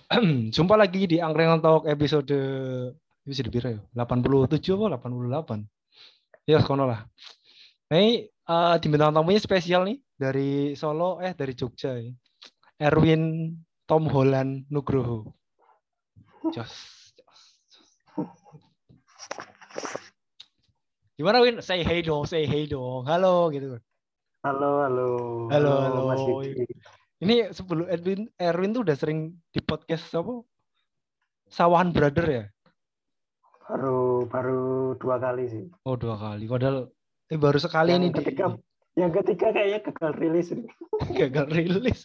Jumpa lagi di Angkringan Talk episode berapa ya? 87 apa 88? Ya, sekono lah. Ini di bintang tamunya spesial nih dari Solo, dari Jogja. Erwin Tom Holland Nugroho. Jos. Gimana Win? Say hey dong. Halo gitu. Halo, halo, Halo, halo halo. Mas Diki. Ini sebelum Erwin tuh udah sering di podcast apa? Sawahan Brother ya? Baru 2 kali sih. Oh, 2 kali. Padahal baru sekali Yang ini ketiga, yang ketiga kayaknya gagal rilis nih. gagal rilis.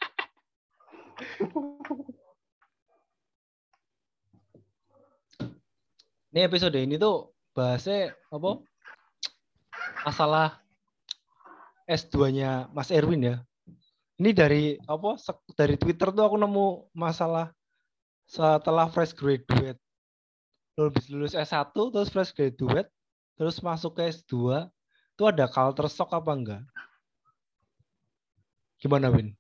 Ini episode ini tuh bahasnya apa? Masalah S2-nya Mas Erwin ya. Ini dari apa? Dari Twitter tuh aku nemu masalah setelah fresh graduate. Lulus S1 terus fresh graduate terus masuk ke S2 itu ada culture shock apa enggak? Gimana, Win?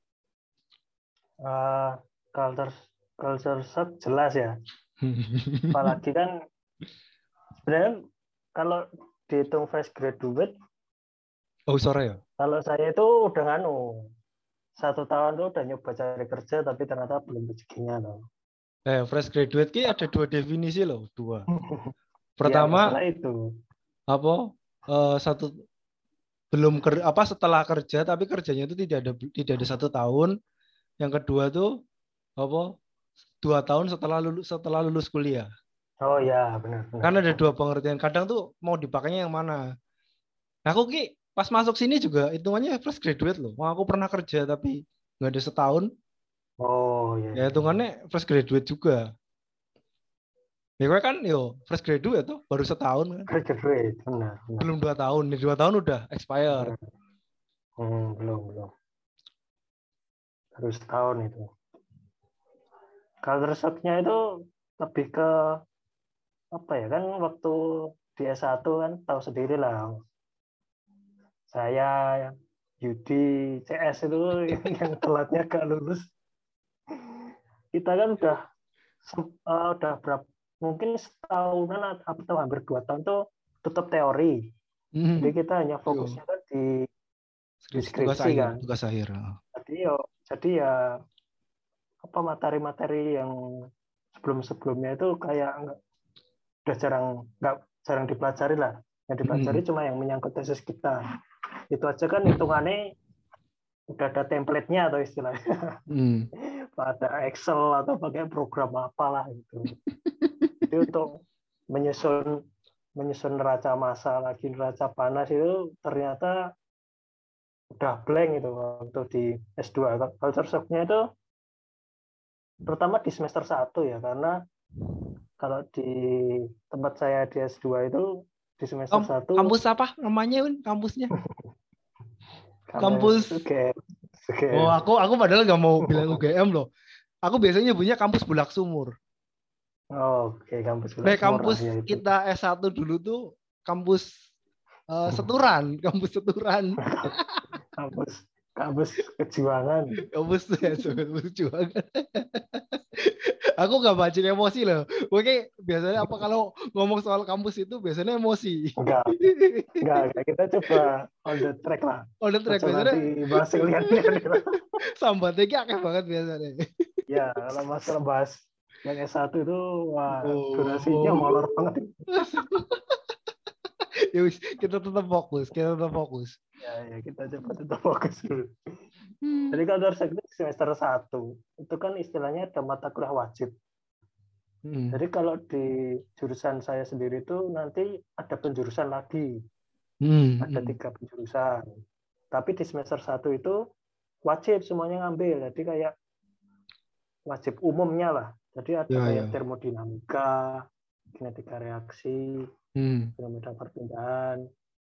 Culture culture shock jelas ya. Apalagi kan sebenarnya kalau dihitung fresh graduate, Oh, sore ya? kalau saya itu udah 1 tahun tuh udah nyoba cari kerja tapi ternyata belum rezekinya loh. Fresh graduate ki ada 2 definisi loh, 2. Ya Pertama, masalah itu. apa? Satu setelah kerja tapi kerjanya itu tidak ada 1 tahun. Yang kedua tuh apa? 2 tahun setelah lulus kuliah. Oh ya, benar-benar. Kan ada 2 pengertian. Kadang tuh mau dipakainya yang mana? Nah, aku ki pas masuk sini juga hitungannya fresh graduate loh. Wah, aku pernah kerja tapi nggak ada setahun. Oh ya, Ya hitungannya fresh graduate juga. Ya gue kan fresh graduate tuh baru setahun kan. fresh graduate, benar, benar. Belum 2 tahun. Nih 2 tahun udah expired. Belum. Baru setahun itu. Culture shock-nya itu lebih ke apa ya, kan waktu di S1 kan tahu sendiri lah. Saya Yudi CS itu yang telatnya gak lulus. Kita kan udah berapa, mungkin setahunan atau hampir 2 tahun tuh tetap teori. Jadi kita hanya Yo, fokusnya kan di tugas skripsi akhir, kan. tugas akhir. Jadi ya apa materi-materi yang sebelumnya itu kayak udah jarang dipelajari lah. Yang dipelajari cuma yang menyangkut tesis kita. Itu aja kan hitungannya udah ada template-nya atau istilahnya. Ada Excel atau pakai program apalah gitu. Jadi untuk menyusun neraca massa lagi neraca panas itu ternyata udah blank itu waktu di S2. Culture shock-nya itu terutama di semester 1 ya, karena kalau di tempat saya di S2 itu di semester 1 Kampus apa namanya, Win? Kampusnya? kampus Kampus. Oh, UGM. aku padahal nggak mau bilang UGM loh. Aku biasanya nyebutnya kampus Bulak Sumur. Oke, kampus Nah, murah kampus ya itu. kita S1 dulu tuh kampus Seturan, kampus Seturan. kampus kampus kejuangan. Kampus Juangan. Aku nggak baca emosi loh. Oke, biasanya apa kalau ngomong soal kampus itu biasanya emosi. Enggak, kita coba on the track lah. Oh, dan track Ojo biasanya nanti bahas lihat-lihat. sambatnya kayak akeh banget biasanya. Ya, kalau masalah bahas yang S1 itu wah, durasinya Oh. molor banget. Ya wis, kita tetap fokus. Ya, kita coba tetap fokus dulu. Jadi kalau dari semester 1 itu kan istilahnya ada mata kuliah wajib. Jadi kalau di jurusan saya sendiri itu nanti ada penjurusan lagi. Ada 3 penjurusan. Tapi di semester 1 itu wajib semuanya ngambil. Jadi kayak wajib umumnya lah. Jadi ada kayak termodinamika, kinetika reaksi, fenomena perpindahan,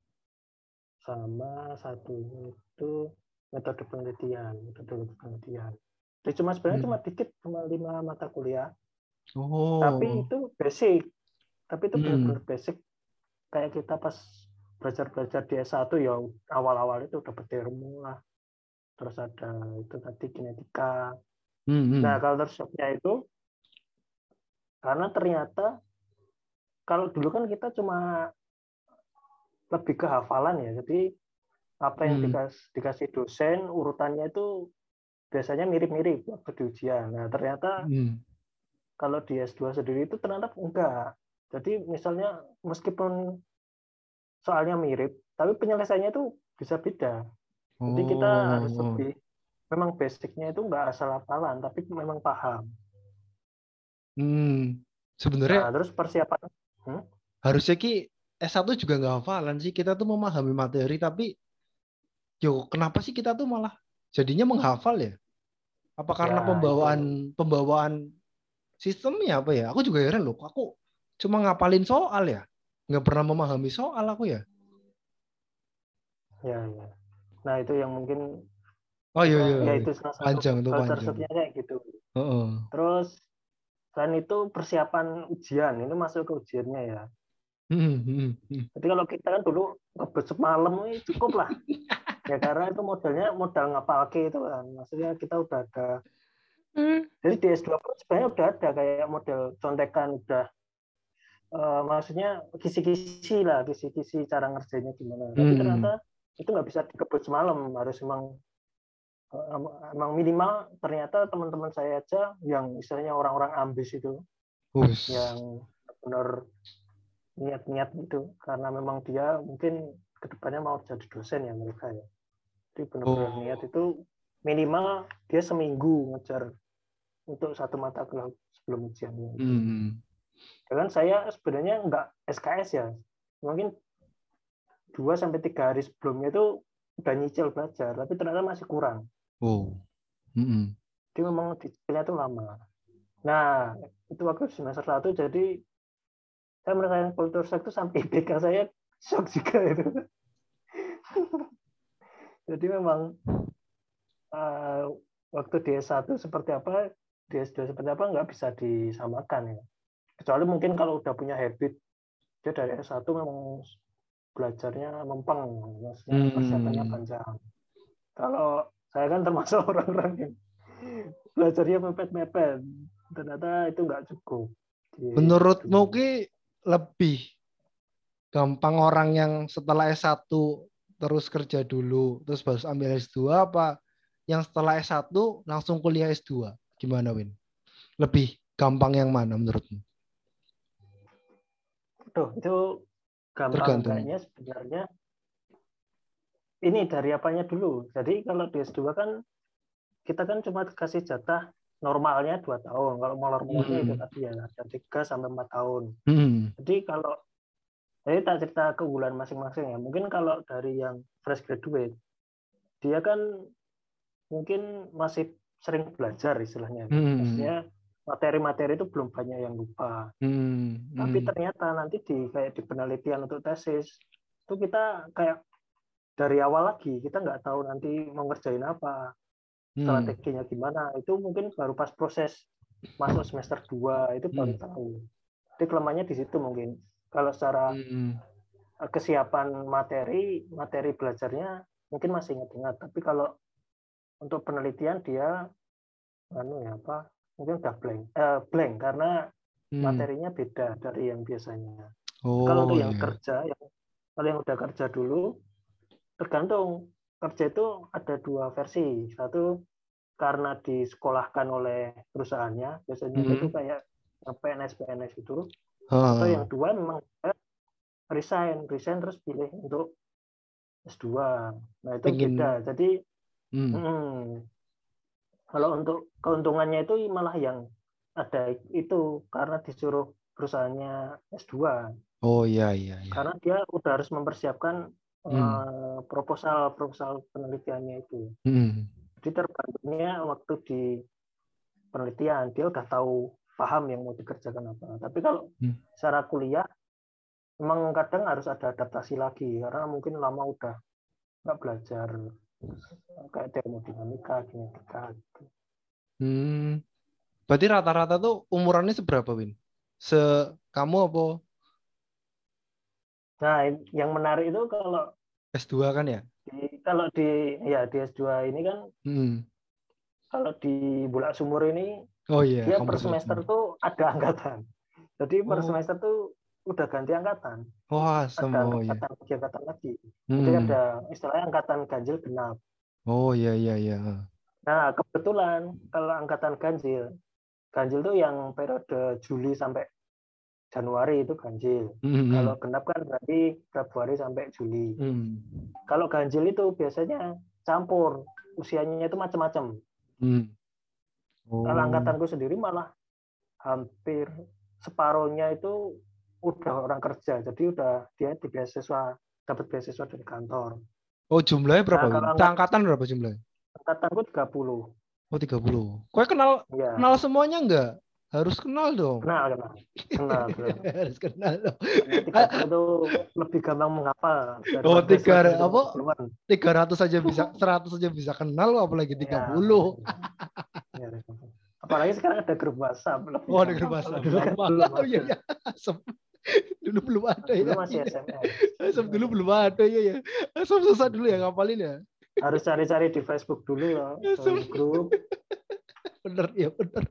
sama satunya itu metode penelitian. Jadi sebenarnya cuma dikit, cuma 5 mata kuliah. Tapi itu basic. Tapi itu benar-benar basic. Kayak kita pas belajar di S1 ya awal-awal itu dapat termo lah. Terus ada itu tadi kinetika. Nah, culture shock-nya itu karena ternyata kalau dulu kan kita cuma lebih ke hafalan ya. Jadi apa yang dikasih dosen urutannya itu biasanya mirip-mirip waktu di ujian. Nah, ternyata kalau di S2 sendiri itu ternyata enggak. Jadi misalnya meskipun soalnya mirip, tapi penyelesaiannya itu bisa beda. Jadi kita harus lebih, memang basicnya itu enggak asal hafalan, tapi memang paham. Sebenarnya Nah, terus persiapan. Harusnya S1 juga nggak hafalan sih. Kita tuh memahami materi, tapi kenapa sih kita tuh malah jadinya menghafal ya? Apa karena pembawaan sistemnya apa ya? Aku juga heran loh. Aku cuma ngapalin soal ya, nggak pernah memahami soal aku ya. Ya. Nah, itu yang mungkin iya. itu salah satu Panjang tuh culture panjang. shock-nya kayak gitu. Terus selain itu persiapan ujian, ini masuk ke ujiannya ya. Jadi kalau kita kan dulu ngebet semalam cukup lah. Ya karena itu modal ngapalke itu kan. Maksudnya kita udah ada. Jadi di S2 pun sebenarnya udah ada kayak model contekan udah. Maksudnya kisi-kisi cara ngerjainnya gimana. Tapi ternyata itu nggak bisa dikebut semalam, harus emang minimal ternyata teman-teman saya aja yang istilahnya orang-orang ambis itu, yang benar niat-niat gitu, karena memang dia mungkin kedepannya mau jadi dosen ya mereka ya. Jadi benar-benar niat itu minimal dia seminggu ngejar untuk satu mata kuliah sebelum ujiannya. Dengan saya sebenarnya nggak SKS ya, mungkin 2-3 hari sebelumnya itu udah nyicil belajar, tapi ternyata masih kurang. Jadi memang dicicilnya itu lama. Nah, itu waktu semester 1, jadi saya merasakan culture shock itu sampai IPK saya shock juga itu. Jadi memang waktu di S1 seperti apa, di S2 seperti apa nggak bisa disamakan ya. Kecuali mungkin kalau udah punya habit, dia dari S1 memang belajarnya mempeng, maksudnya persiapannya panjang. Kalau saya kan termasuk orang-orang yang belajarnya mepet-mepet, ternyata itu nggak cukup. Menurutmu lebih gampang orang yang setelah S1 terus kerja dulu, terus baru ambil S2 apa yang setelah S1 langsung kuliah S2? Gimana, Win? Lebih gampang yang mana menurutmu? Itu gampang kayaknya sebenarnya ini dari apanya dulu. Jadi kalau di S2 kan kita kan cuma kasih jatah normalnya 2 tahun. Kalau molor-molornya itu tadi ya ada 3-4 tahun. Jadi kalau saya tak cerita keunggulan masing-masing ya. Mungkin kalau dari yang fresh graduate, dia kan mungkin masih sering belajar istilahnya. Maksudnya materi-materi itu belum banyak yang lupa. Tapi ternyata nanti kayak di penelitian untuk tesis itu kita kayak dari awal lagi kita nggak tahu nanti mau ngerjain apa, strateginya gimana. Itu mungkin baru pas proses masuk semester 2 itu baru tahu. Jadi kelemahannya di situ mungkin. Kalau secara kesiapan materi belajarnya mungkin masih ingat-ingat. Tapi kalau untuk penelitian dia mungkin udah blank karena materinya beda dari yang biasanya. Kalau untuk yang kerja, kalau yang udah kerja dulu, tergantung. Kerja itu ada 2 versi. Satu karena disekolahkan oleh perusahaannya, biasanya itu kayak PNS itu. Atau yang 2 memang resign terus pilih untuk S2. Nah itu beda. Jadi kalau untuk keuntungannya itu malah yang ada itu karena disuruh perusahaannya S2. Oh iya. Karena dia udah harus mempersiapkan proposal penelitiannya itu. Jadi terbandingnya waktu di penelitian dia udah tahu paham yang mau dikerjakan apa. Tapi kalau secara kuliah memang kadang harus ada adaptasi lagi karena mungkin lama udah nggak belajar kayak termodinamika, kinetika gitu. Berarti rata-rata tuh umurannya seberapa, Win? Kamu apa? Nah, yang menarik itu kalau S2 kan ya? di S2 ini kan kalau di Bulak Sumur ini Oh iya, dia per kampus Bulak semester Sumur. tuh ada angkatan. Jadi per Oh, semester tuh udah ganti angkatan. wah, Ada semua ya. angkatan lagi. Jadi Hmm. ada istilahnya angkatan ganjil genap. Oh iya iya iya. Nah, kebetulan kalau angkatan ganjil, ganjil tuh yang periode Juli sampai Januari itu ganjil. Hmm. Kalau genap kan berarti Februari sampai Juli. Hmm. Kalau ganjil itu biasanya campur, usianya itu macam-macam. Hmm. Kalau Oh. angkatanku sendiri malah hampir separuhnya itu udah orang kerja, jadi udah dia di beasiswa, dapat beasiswa dari kantor. Oh, jumlahnya berapa? Nah, kalau Seangkatan berapa jumlahnya? angkatanku 30. Oh, 30. Kau kenal Ya, kenal semuanya enggak? Harus kenal dong. kenal, kenal. Kenal, kenal. Harus kenal dong. Karena 30 itu lebih gampang menghafal Oh, daripada apa? 150-an. 300 saja bisa, 100 saja bisa kenal, apalagi Ya, 30. ya. Apalagi sekarang ada grup WhatsApp, lebih Oh, ada gampang. bahasa Kalau dulu dulu kan malah. belum Oh iya ada. ya. Asem. Dulu belum ada Dulu ya. masih Iya. SMS. Asem dulu belum ada ya ya. Asem susah dulu ya ngapalin ya. Harus cari-cari di Facebook dulu loh, Asem. join grup. Bener ya bener.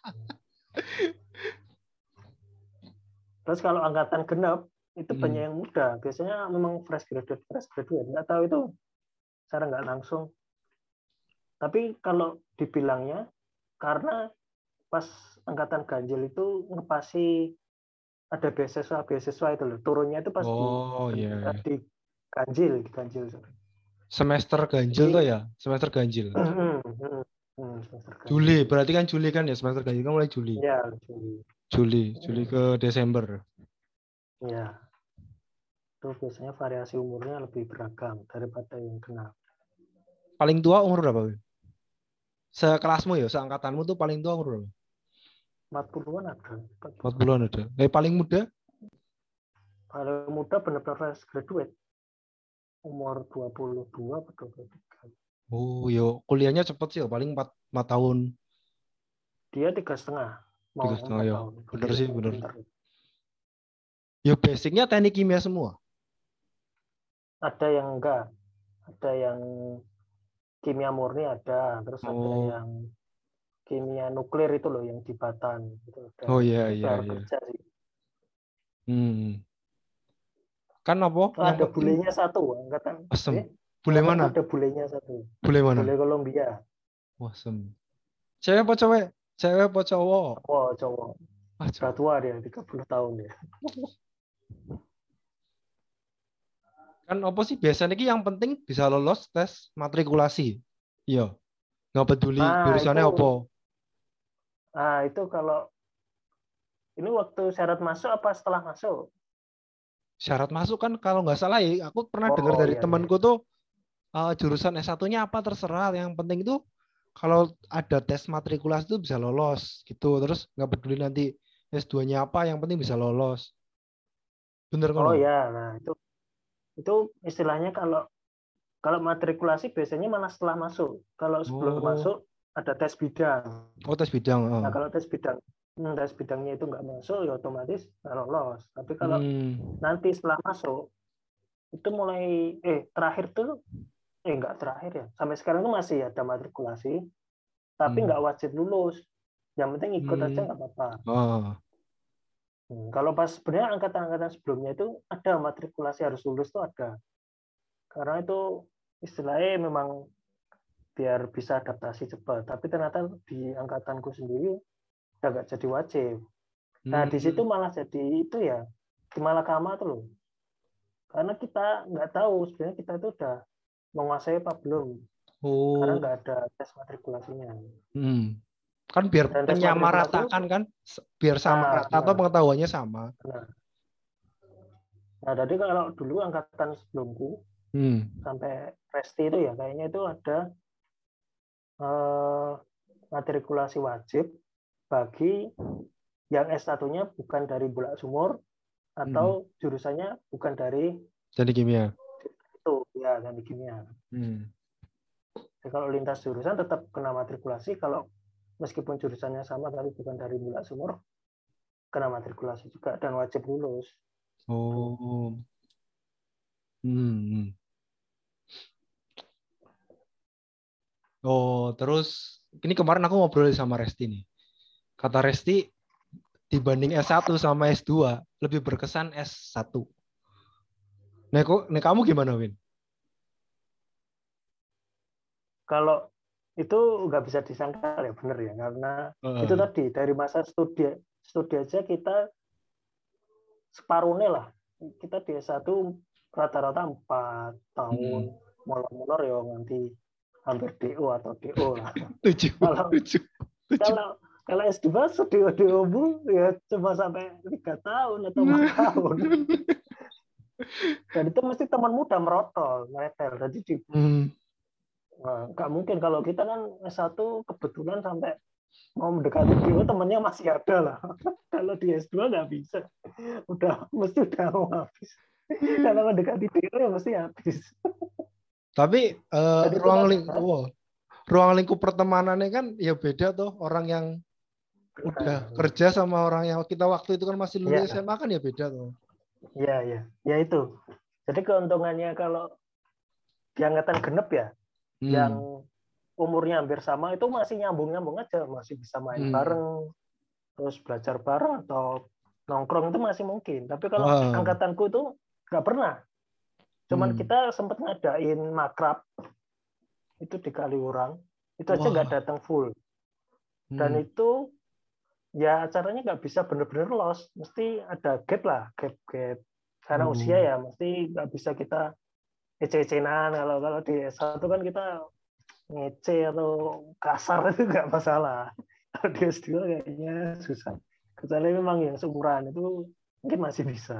Terus kalau angkatan genap itu banyak Hmm. yang muda. Biasanya memang fresh graduate, fresh graduate. Nggak tahu itu cara nggak langsung. Tapi kalau dibilangnya karena pas angkatan ganjil itu ngepasi ada beasiswa itu loh. Turunnya itu pas Oh iya iya. di ganjil, di ganjil. Semester ganjil tuh Jadi ya. Semester ganjil. semester Juli, ganjil. berarti kan Juli kan ya, semester ganjil kan mulai Juli. Ya, Juli. Juli ke Desember. Ya, itu biasanya variasi umurnya lebih beragam daripada yang genap. Paling tua umur berapa? Win? Sekelasmu ya, seangkatanmu tuh paling tua umur berapa? 40-an ada. 40-an ada. Paling muda? Kalau muda benar-benar fresh graduate. Umur 22 atau 23. Oh, yo kuliahnya cepet sih, ya. Paling 4 tahun, Dia 3,5. Mau 3,5 4 ya. tahun. Bener Gila, sih, bener. pintar. Yo basicnya teknik kimia semua. Ada yang enggak. Ada yang kimia murni ada. Terus ada Oh, yang kimia nuklir itu loh yang di Batan. Itu ada. oh iya, Itu iya, PR iya. kerja sih. Hmm. Kan apa? Oh, Yang ada penting bulenya satu. asem. Bule Angkatanku mana? ada bulenya satu. Bule Bule mana? Kolombia. Wah, asem. Cewek apa cewek? Cewek apa cowok? Oh, cowok. Ah, Udah cowok. tua dia, 30 tahun dia. Kan apa sih biasanya ini yang penting bisa lolos tes matrikulasi. Iya, nggak peduli Ah, jurusannya apa. itu kalau ini waktu syarat masuk apa setelah masuk? Syarat masuk kan kalau nggak salah ya, aku pernah dengar Oh dari iya iya. temanku tuh jurusan S1-nya apa terserah. Yang penting itu kalau ada tes matrikulasi itu bisa lolos gitu. Terus nggak peduli nanti S2-nya apa, yang penting bisa lolos. Bener kan? Oh No? ya, nah itu istilahnya kalau kalau matrikulasi biasanya malah setelah masuk. Kalau sebelum Oh, masuk ada tes bidang. oh tes bidang. Nah kalau tes bidangnya itu nggak masuk ya otomatis nggak lolos. Tapi kalau Hmm. nanti setelah masuk itu mulai terakhir tuh nggak terakhir ya. Sampai sekarang tuh masih ada matrikulasi, tapi Hmm. nggak wajib lulus. Yang penting ikut aja Hmm. nggak apa-apa. Oh. Kalau pas sebenarnya angkatan-angkatan sebelumnya itu ada matrikulasi harus lulus tuh ada. Karena itu istilahnya memang biar bisa adaptasi cepat. Tapi ternyata di angkatanku sendiri udah nggak jadi wajib. Nah di situ Hmm. malah jadi itu ya kemalakama tuh loh. Karena kita nggak tahu sebenarnya kita itu udah menguasai apa belum. Karena Oh. nggak ada tes matrikulasinya. Hmm. Kan biar Dan tes matrikulasi itu, penyamaratakan kan, biar sama nah rata atau benar, pengetahuannya sama. benar. Nah jadi kalau dulu angkatan sebelumku Hmm. sampai Presti itu ya kayaknya itu ada eh, matrikulasi wajib bagi yang S1-nya bukan dari Bulak Sumur Hmm. atau jurusannya bukan dari Jadi kimia. itu ya dan kimia. Hmm. Jadi kalau lintas jurusan tetap kena matrikulasi kalau meskipun jurusannya sama tapi bukan dari Bulak Sumur kena matrikulasi juga dan wajib lulus. Tuh. Oh. Hmm. Oh, terus ini kemarin aku ngobrol sama Resti nih. Kata Resti, dibanding S1 sama S2, lebih berkesan S1. Nah, kamu gimana, Win? Kalau itu nggak bisa disangkal ya, bener ya, karena itu tadi dari masa studi aja kita separuhnya lah. Kita di S1 rata-rata 4 tahun, molor-molor ya nanti hampir DO atau DO lah. Kalau kalau S2 DO ya cuma sampai 3 tahun atau 4 tahun. Dan itu mesti teman muda meretel. Jadi nggak mungkin kalau kita kan S1 kebetulan sampai mau mendekati DO temennya masih ada lah. Kalau di S2 nggak bisa. Mesti udah mau habis. Kalau mendekati DO ya mesti habis. Tapi ruang lingkup pertemanannya kan ya beda tuh, orang yang udah kerja sama orang yang kita waktu itu kan masih lulus SMA kan ya beda tuh. Iya. Ya itu. Jadi keuntungannya kalau di angkatan genep ya, yang umurnya hampir sama itu masih nyambung aja, masih bisa main bareng, terus belajar bareng atau nongkrong itu masih mungkin. Tapi kalau angkatanku itu nggak pernah. Cuman kita sempat ngadain makrab itu di Kaliurang, itu aja nggak datang full. Dan itu ya acaranya nggak bisa bener-bener los, mesti ada gap lah, gap karena usia ya, mesti nggak bisa kita ece-ecenan. Kalau di S1 kan kita ngece atau kasar itu nggak masalah. Kalau di S2 kayaknya susah. Kecuali memang yang seumuran itu mungkin masih bisa.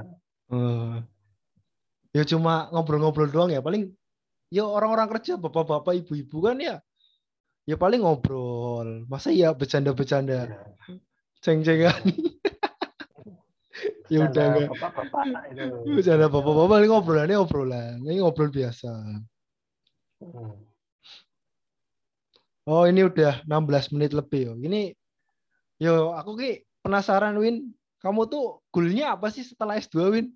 Ya cuma ngobrol-ngobrol doang ya, paling ya orang-orang kerja, bapak-bapak, ibu-ibu kan ya paling ngobrol. Masa ya bercanda-bercanda, ceng-cengan. Ya udah enggak. Bapak-bapak itu. Bercanda bapak-bapak ini obrolan. Ini ngobrol biasa. Oh, ini udah 16 menit lebih yo. Aku penasaran, Win. Kamu tuh goalnya apa sih setelah S2, Win?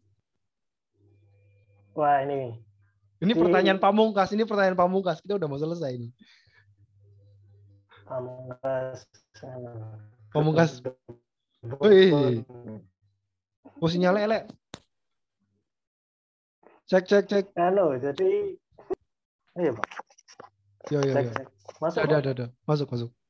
Wah, ini pertanyaan pamungkas. Kita udah mau selesai ini. Pamungkas. Wih. Sinyalnya elek. Cek. Halo, jadi iya, Pak. Yo. Masuk. Ada. Masuk.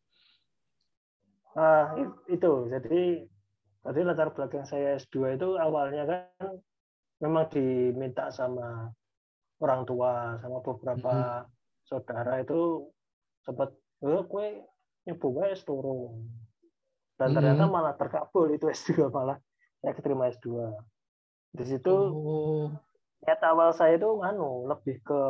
Itu. Jadi tadi latar belakang saya S2 itu awalnya kan memang diminta sama orang tua, sama beberapa saudara itu sempat, kue nyoba S2. Dan ternyata malah terkabul itu S2, malah saya keterima S2. Di situ niat awal saya itu lebih ke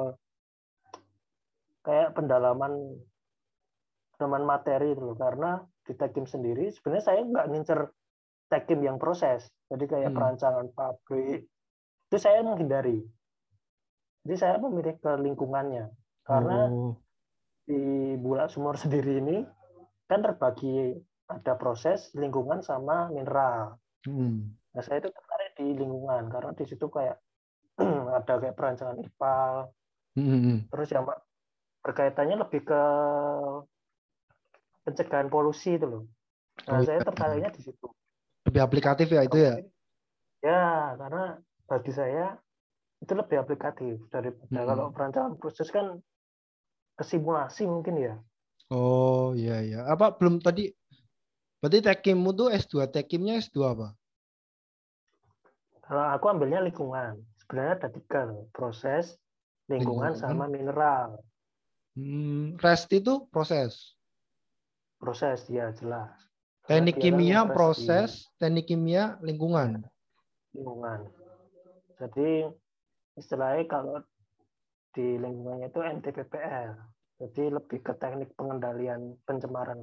kayak pendalaman materi itu loh, karena di Tekim sendiri sebenarnya saya nggak ngincer Tekim yang proses, jadi kayak perancangan pabrik itu saya menghindari. Jadi saya memilih ke lingkungannya, karena di Bulak Sumur sendiri ini kan terbagi ada proses, lingkungan, sama mineral. Nah, saya itu tertarik di lingkungan karena di situ kayak ada kayak perancangan IPAL, terus yang berkaitannya lebih ke pencegahan polusi itu loh. Nah, saya tertariknya di situ. Lebih aplikatif ya itu ya? Ya, karena bagi saya itu lebih aplikatif daripada kalau perancangan proses kan kesimulasi mungkin ya. Oh iya. Apa belum tadi? Berarti Tekimmu tuh S2, Tekimnya S2 apa? Kalau aku ambilnya lingkungan. Sebenarnya ada 3 loh, proses, lingkungan, sama mineral. Rest itu proses. Proses, ya jelas. Teknik kimia proses, teknik kimia lingkungan. Lingkungan. Jadi istilahnya kalau di lingkungannya itu NTPPL. Jadi lebih ke teknik pengendalian pencemaran.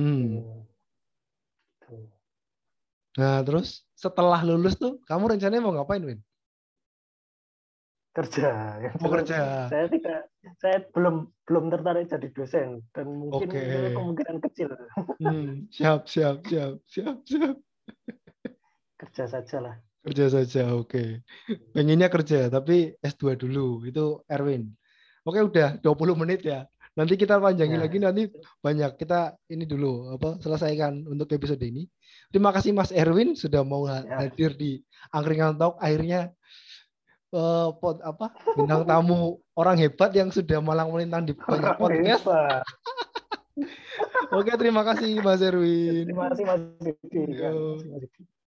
Nah, terus setelah lulus tuh kamu rencananya mau ngapain, Win? Kerja. Mau kerja. Saya belum tertarik jadi dosen dan mungkin itu kemungkinan kecil. Siap. Kerja saja lah. Kerja saja, oke. Pengennya kerja, tapi S2 dulu. Itu Erwin. Oke, udah 20 menit ya. Nanti kita panjangin Nah, lagi, nanti banyak. Kita ini dulu selesaikan untuk episode ini. Terima kasih Mas Erwin sudah mau ya. hadir di Angkringan Talk. Akhirnya bintang tamu orang hebat yang sudah malang melintang di banyak Orang podcast. hebat. Oke, terima kasih Mas Erwin. Terima kasih Mas Didi. Ya, Yo. terima kasih Mas Didi.